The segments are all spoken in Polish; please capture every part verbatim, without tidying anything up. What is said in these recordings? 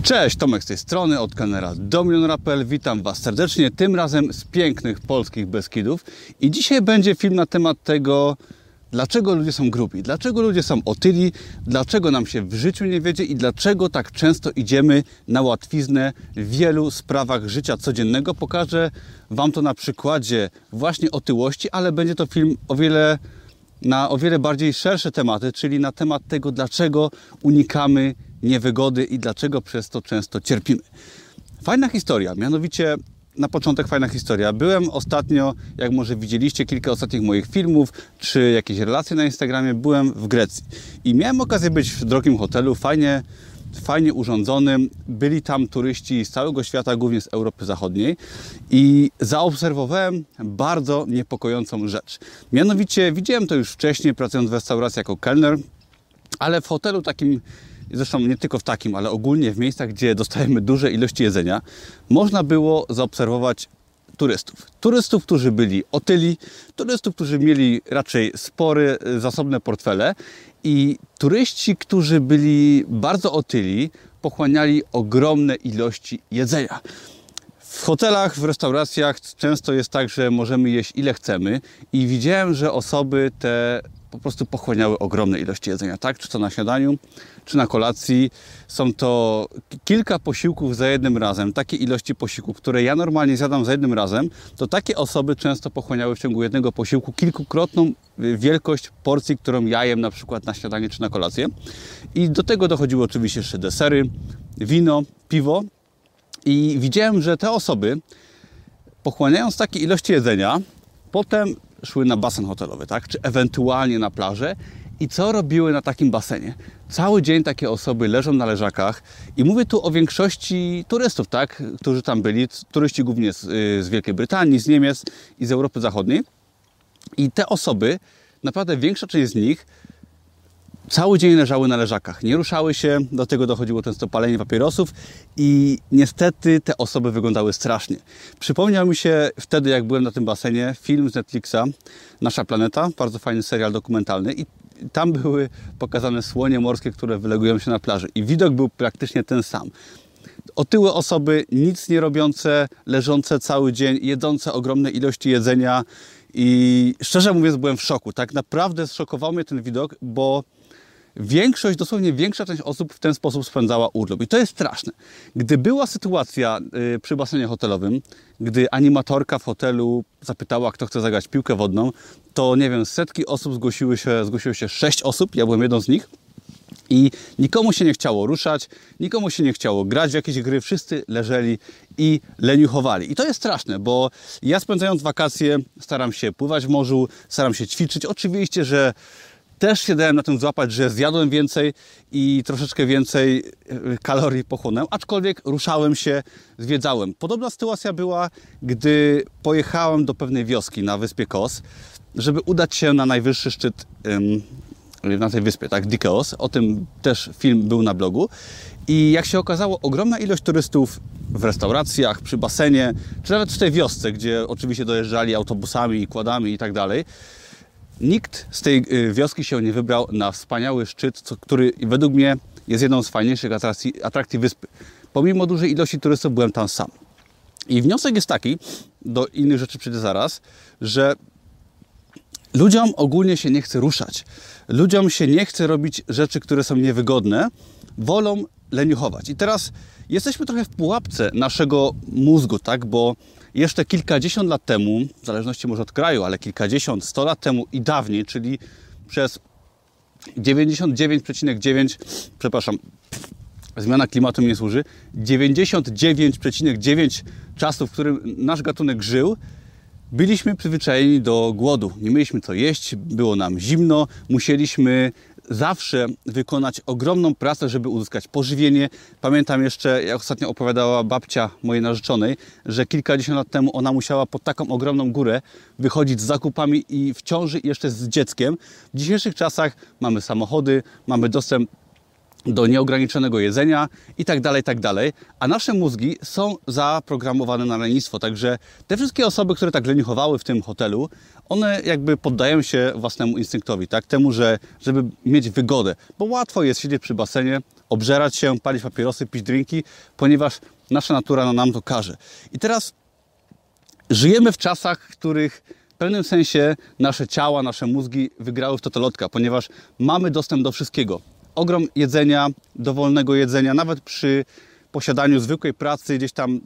Cześć, Tomek z tej strony, od kanału Domilionera kropka p l. Witam Was serdecznie, tym razem z pięknych polskich Beskidów. I dzisiaj będzie film na temat tego, dlaczego ludzie są grubi, dlaczego ludzie są otyli, dlaczego nam się w życiu nie wiedzie i dlaczego tak często idziemy na łatwiznę w wielu sprawach życia codziennego. Pokażę Wam to na przykładzie właśnie otyłości, ale będzie to film o wiele, na o wiele bardziej szersze tematy, czyli na temat tego, dlaczego unikamy niewygody i dlaczego przez to często cierpimy. Fajna historia, mianowicie na początek fajna historia. Byłem ostatnio, jak może widzieliście kilka ostatnich moich filmów, czy jakieś relacje na Instagramie, byłem w Grecji. I miałem okazję być w drogim hotelu, fajnie, fajnie urządzonym. Byli tam turyści z całego świata, głównie z Europy Zachodniej. I zaobserwowałem bardzo niepokojącą rzecz. Mianowicie widziałem to już wcześniej, pracując w restauracji jako kelner, ale w hotelu takim, zresztą nie tylko w takim, ale ogólnie w miejscach, gdzie dostajemy duże ilości jedzenia, można było zaobserwować turystów. Turystów, którzy byli otyli, turystów, którzy mieli raczej spory, zasobne portfele i turyści, którzy byli bardzo otyli, pochłaniali ogromne ilości jedzenia. W hotelach, w restauracjach często jest tak, że możemy jeść ile chcemy i widziałem, że osoby te po prostu pochłaniały ogromne ilości jedzenia, tak? Czy to na śniadaniu, czy na kolacji. Są to kilka posiłków za jednym razem, takie ilości posiłków, które ja normalnie zjadam za jednym razem, to takie osoby często pochłaniały w ciągu jednego posiłku kilkukrotną wielkość porcji, którą ja jem na przykład na śniadanie czy na kolację. I do tego dochodziły oczywiście jeszcze desery, wino, piwo. I widziałem, że te osoby, pochłaniając takie ilości jedzenia, potem szły na basen hotelowy, tak? Czy ewentualnie na plażę. I co robiły na takim basenie? Cały dzień takie osoby leżą na leżakach i mówię tu o większości turystów, tak? Którzy tam byli, turyści głównie z, z Wielkiej Brytanii, z Niemiec i z Europy Zachodniej. I te osoby, naprawdę większa część z nich cały dzień leżały na leżakach, nie ruszały się, do tego dochodziło często palenie papierosów i niestety te osoby wyglądały strasznie. Przypomniał mi się wtedy, jak byłem na tym basenie, film z Netflixa Nasza Planeta, bardzo fajny serial dokumentalny i tam były pokazane słonie morskie, które wylegują się na plaży i widok był praktycznie ten sam. Otyłe osoby, nic nie robiące, leżące cały dzień, jedzące ogromne ilości jedzenia i szczerze mówiąc byłem w szoku. Tak naprawdę zszokował mnie ten widok, bo większość, dosłownie większa część osób w ten sposób spędzała urlop. I to jest straszne. Gdy była sytuacja y, przy basenie hotelowym, gdy animatorka w hotelu zapytała, kto chce zagrać piłkę wodną, to nie wiem, setki osób zgłosiły się, zgłosiło się sześć osób, ja byłem jedną z nich. I nikomu się nie chciało ruszać, nikomu się nie chciało grać w jakieś gry, wszyscy leżeli i leniuchowali. I to jest straszne, bo ja spędzając wakacje staram się pływać w morzu, staram się ćwiczyć. Oczywiście, że też się dałem na tym złapać, że zjadłem więcej i troszeczkę więcej kalorii pochłonąłem, aczkolwiek ruszałem się, zwiedzałem. Podobna sytuacja była, gdy pojechałem do pewnej wioski na wyspie Kos, żeby udać się na najwyższy szczyt ym, na tej wyspie, tak, Dikeos. O tym też film był na blogu. I jak się okazało, ogromna ilość turystów w restauracjach, przy basenie, czy nawet w tej wiosce, gdzie oczywiście dojeżdżali autobusami, kładami i tak dalej. Nikt z tej wioski się nie wybrał na wspaniały szczyt, co, który według mnie jest jedną z fajniejszych atrakcji, atrakcji wyspy. Pomimo dużej ilości turystów byłem tam sam. I wniosek jest taki, do innych rzeczy przyjdę zaraz, że ludziom ogólnie się nie chce ruszać. Ludziom się nie chce robić rzeczy, które są niewygodne. Wolą leniuchować. I teraz jesteśmy trochę w pułapce naszego mózgu, tak? Bo jeszcze kilkadziesiąt lat temu, w zależności może od kraju, ale kilkadziesiąt, sto lat temu i dawniej, czyli przez dziewięćdziesiąt dziewięć przecinek dziewięć, przepraszam, zmiana klimatu mi nie służy, dziewięćdziesiąt dziewięć przecinek dziewięć czasu, w którym nasz gatunek żył, byliśmy przyzwyczajeni do głodu. Nie mieliśmy co jeść, było nam zimno, musieliśmy zawsze wykonać ogromną pracę, żeby uzyskać pożywienie. Pamiętam jeszcze, jak ostatnio opowiadała babcia mojej narzeczonej, że kilkadziesiąt lat temu ona musiała pod taką ogromną górę wychodzić z zakupami i w ciąży i jeszcze z dzieckiem. W dzisiejszych czasach mamy samochody, mamy dostęp do nieograniczonego jedzenia i tak dalej, tak dalej. A nasze mózgi są zaprogramowane na lenistwo. Także te wszystkie osoby, które tak leniuchowały w tym hotelu, one jakby poddają się własnemu instynktowi, tak? Temu, że żeby mieć wygodę. Bo łatwo jest siedzieć przy basenie, obżerać się, palić papierosy, pić drinki, ponieważ nasza natura nam to każe. I teraz żyjemy w czasach, w których w pewnym sensie nasze ciała, nasze mózgi wygrały w totolotka, ponieważ mamy dostęp do wszystkiego. Ogrom jedzenia, dowolnego jedzenia, nawet przy posiadaniu zwykłej pracy, gdzieś tam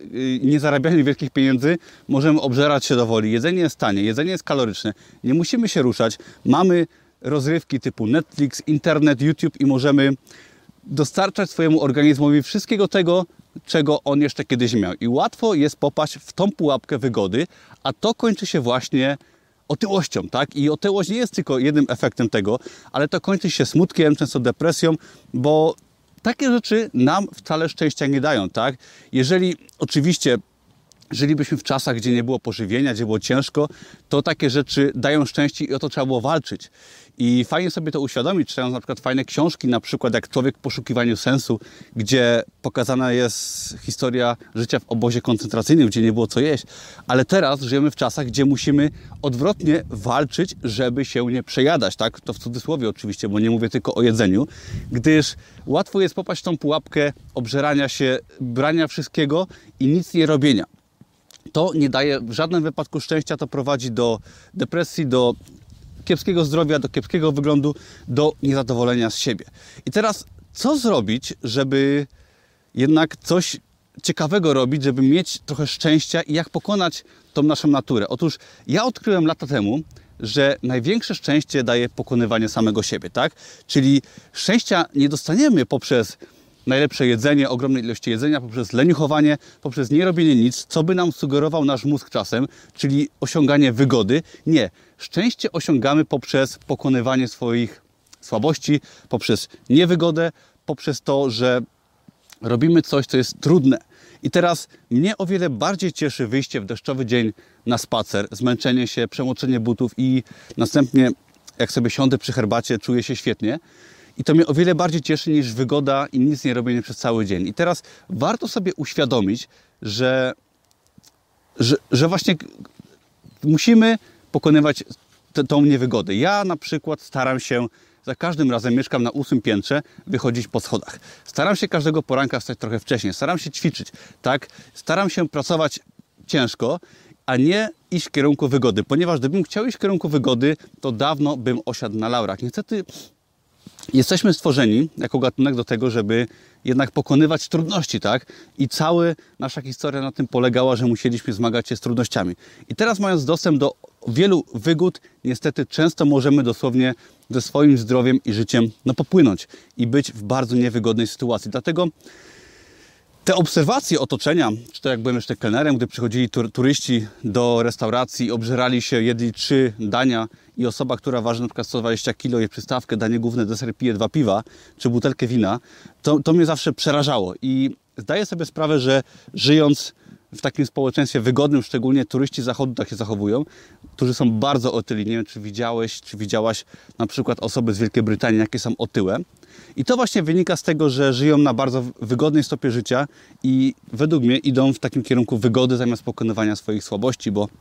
nie zarabianiu wielkich pieniędzy, możemy obżerać się do woli. Jedzenie jest tanie, jedzenie jest kaloryczne, nie musimy się ruszać. Mamy rozrywki typu Netflix, internet, YouTube i możemy dostarczać swojemu organizmowi wszystkiego tego, czego on jeszcze kiedyś miał. I łatwo jest popaść w tą pułapkę wygody, a to kończy się właśnie otyłością, tak? I otyłość nie jest tylko jednym efektem tego, ale to kończy się smutkiem, często depresją, bo takie rzeczy nam wcale szczęścia nie dają, tak? Jeżeli oczywiście żylibyśmy w czasach, gdzie nie było pożywienia, gdzie było ciężko, to takie rzeczy dają szczęście i o to trzeba było walczyć. I fajnie sobie to uświadomić, czytając na przykład fajne książki, na przykład jak Człowiek w poszukiwaniu sensu, gdzie pokazana jest historia życia w obozie koncentracyjnym, gdzie nie było co jeść. Ale teraz żyjemy w czasach, gdzie musimy odwrotnie walczyć, żeby się nie przejadać, tak? To w cudzysłowie oczywiście, bo nie mówię tylko o jedzeniu, gdyż łatwo jest popaść w tą pułapkę obżerania się, brania wszystkiego i nic nie robienia. To nie daje w żadnym wypadku szczęścia, to prowadzi do depresji, do kiepskiego zdrowia, do kiepskiego wyglądu, do niezadowolenia z siebie. I teraz co zrobić, żeby jednak coś ciekawego robić, żeby mieć trochę szczęścia i jak pokonać tą naszą naturę? Otóż ja odkryłem lata temu, że największe szczęście daje pokonywanie samego siebie, tak? Czyli szczęścia nie dostaniemy poprzez najlepsze jedzenie, ogromne ilości jedzenia, poprzez leniuchowanie, poprzez nierobienie nic, co by nam sugerował nasz mózg czasem, czyli osiąganie wygody. Nie. Szczęście osiągamy poprzez pokonywanie swoich słabości, poprzez niewygodę, poprzez to, że robimy coś, co jest trudne. I teraz mnie o wiele bardziej cieszy wyjście w deszczowy dzień na spacer, zmęczenie się, przemoczenie butów i następnie jak sobie siądę przy herbacie, czuję się świetnie. I to mnie o wiele bardziej cieszy niż wygoda i nic nie robienie przez cały dzień. I teraz warto sobie uświadomić, że, że, że właśnie musimy pokonywać t- tą niewygodę. Ja na przykład staram się, za każdym razem mieszkam na ósmym piętrze, wychodzić po schodach. Staram się każdego poranka wstać trochę wcześniej. Staram się ćwiczyć, tak? Staram się pracować ciężko, a nie iść w kierunku wygody. Ponieważ gdybym chciał iść w kierunku wygody, to dawno bym osiadł na laurach. Niestety jesteśmy stworzeni jako gatunek do tego, żeby jednak pokonywać trudności, tak? I cała nasza historia na tym polegała, że musieliśmy zmagać się z trudnościami. I teraz mając dostęp do wielu wygód, niestety często możemy dosłownie ze swoim zdrowiem i życiem no, popłynąć i być w bardzo niewygodnej sytuacji. Dlatego te obserwacje otoczenia, czy to jak byłem jeszcze kelnerem, gdy przychodzili tur- turyści do restauracji, obżerali się, jedli trzy dania i osoba, która waży na przykład sto dwadzieścia kilo, je przystawkę, danie główne, deser, pije dwa piwa, czy butelkę wina, to, to mnie zawsze przerażało. I zdaję sobie sprawę, że żyjąc w takim społeczeństwie wygodnym, szczególnie turyści zachodu tak się zachowują, którzy są bardzo otyli. Nie wiem, czy widziałeś, czy widziałaś na przykład osoby z Wielkiej Brytanii, jakie są otyłe. I to właśnie wynika z tego, że żyją na bardzo wygodnej stopie życia i według mnie idą w takim kierunku wygody zamiast pokonywania swoich słabości, bo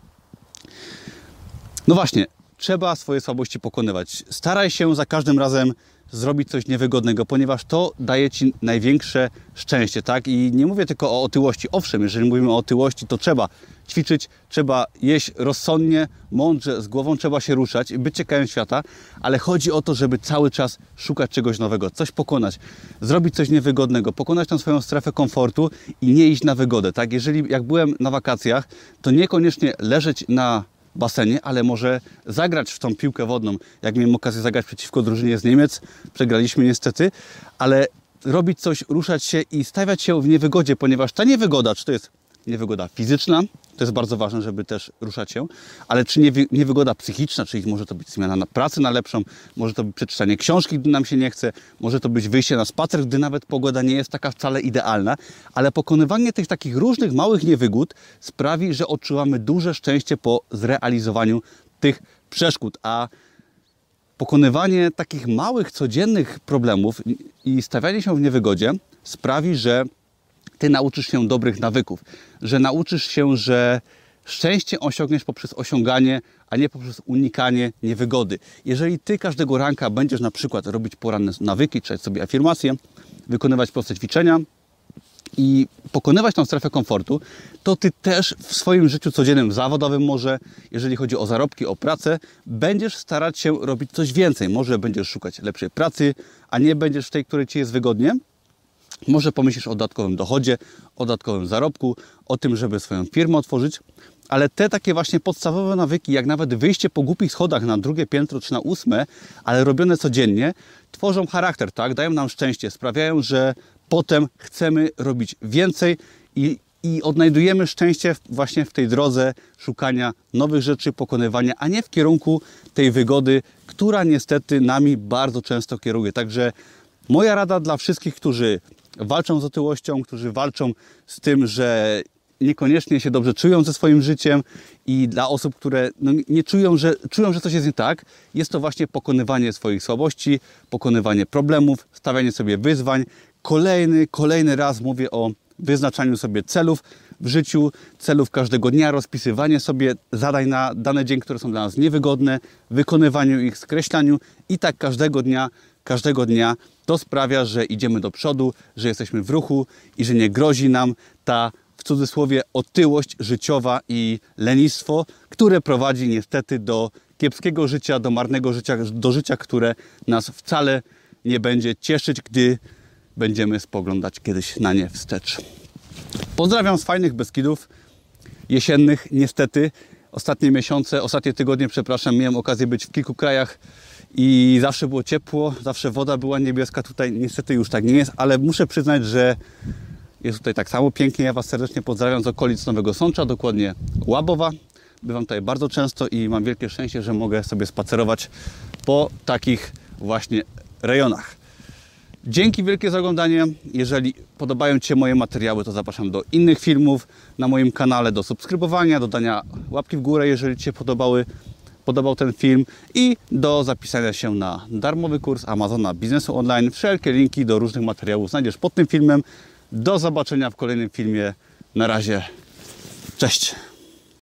no właśnie, trzeba swoje słabości pokonywać. Staraj się za każdym razem zrobić coś niewygodnego, ponieważ to daje Ci największe szczęście, tak? I nie mówię tylko o otyłości. Owszem, jeżeli mówimy o otyłości, to trzeba ćwiczyć, trzeba jeść rozsądnie, mądrze, z głową trzeba się ruszać i być ciekawym świata, ale chodzi o to, żeby cały czas szukać czegoś nowego, coś pokonać, zrobić coś niewygodnego, pokonać tą swoją strefę komfortu i nie iść na wygodę, tak? Jeżeli, jak byłem na wakacjach, to niekoniecznie leżeć na basenie, ale może zagrać w tą piłkę wodną. Jak miałem okazję zagrać przeciwko drużynie z Niemiec, przegraliśmy niestety, ale robić coś, ruszać się i stawiać się w niewygodzie, ponieważ ta niewygoda, czy to jest niewygoda fizyczna, to jest bardzo ważne, żeby też ruszać się, ale czy niewy, niewygoda psychiczna, czyli może to być zmiana na pracy na lepszą, może to być przeczytanie książki, gdy nam się nie chce, może to być wyjście na spacer, gdy nawet pogoda nie jest taka wcale idealna, ale pokonywanie tych takich różnych małych niewygód sprawi, że odczuwamy duże szczęście po zrealizowaniu tych przeszkód, a Pokonywanie takich małych, codziennych problemów i stawianie się w niewygodzie sprawi, że Ty nauczysz się dobrych nawyków, że nauczysz się, że szczęście osiągniesz poprzez osiąganie, a nie poprzez unikanie niewygody. Jeżeli Ty każdego ranka będziesz na przykład robić poranne nawyki, czytać sobie afirmacje, wykonywać proste ćwiczenia i pokonywać tą strefę komfortu, to Ty też w swoim życiu codziennym, zawodowym może, jeżeli chodzi o zarobki, o pracę, będziesz starać się robić coś więcej. Może będziesz szukać lepszej pracy, a nie będziesz w tej, której Ci jest wygodnie. Może pomyślisz o dodatkowym dochodzie, o dodatkowym zarobku, o tym, żeby swoją firmę otworzyć, ale te takie właśnie podstawowe nawyki, jak nawet wyjście po głupich schodach na drugie piętro czy na ósme, ale robione codziennie, tworzą charakter, tak? Dają nam szczęście, sprawiają, że potem chcemy robić więcej i, i odnajdujemy szczęście właśnie w tej drodze szukania nowych rzeczy, pokonywania, a nie w kierunku tej wygody, która niestety nami bardzo często kieruje. Także moja rada dla wszystkich, którzy walczą z otyłością, którzy walczą z tym, że niekoniecznie się dobrze czują ze swoim życiem i dla osób, które no, nie czują że, czują, że coś jest nie tak, jest to właśnie pokonywanie swoich słabości, pokonywanie problemów, stawianie sobie wyzwań. Kolejny, kolejny raz mówię o wyznaczaniu sobie celów w życiu, celów każdego dnia, rozpisywanie sobie zadań na dany dzień, które są dla nas niewygodne, wykonywaniu ich, skreślaniu i tak każdego dnia, każdego dnia to sprawia, że idziemy do przodu, że jesteśmy w ruchu i że nie grozi nam ta, w cudzysłowie, otyłość życiowa i lenistwo, które prowadzi niestety do kiepskiego życia, do marnego życia, do życia, które nas wcale nie będzie cieszyć, gdy będziemy spoglądać kiedyś na nie wstecz. Pozdrawiam z fajnych Beskidów jesiennych. Niestety ostatnie miesiące, ostatnie tygodnie, przepraszam, miałem okazję być w kilku krajach i zawsze było ciepło, zawsze woda była niebieska. Tutaj niestety już tak nie jest, ale muszę przyznać, że jest tutaj tak samo pięknie. Ja Was serdecznie pozdrawiam z okolic Nowego Sącza, dokładnie Łabowa. Bywam tutaj bardzo często i mam wielkie szczęście, że mogę sobie spacerować po takich właśnie rejonach. Dzięki wielkie za oglądanie. Jeżeli podobają Ci się moje materiały, to zapraszam do innych filmów na moim kanale, do subskrybowania, do dania łapki w górę, jeżeli Ci się podobały, podobał ten film i do zapisania się na darmowy kurs Amazona Biznesu Online. Wszelkie linki do różnych materiałów znajdziesz pod tym filmem. Do zobaczenia w kolejnym filmie. Na razie. Cześć!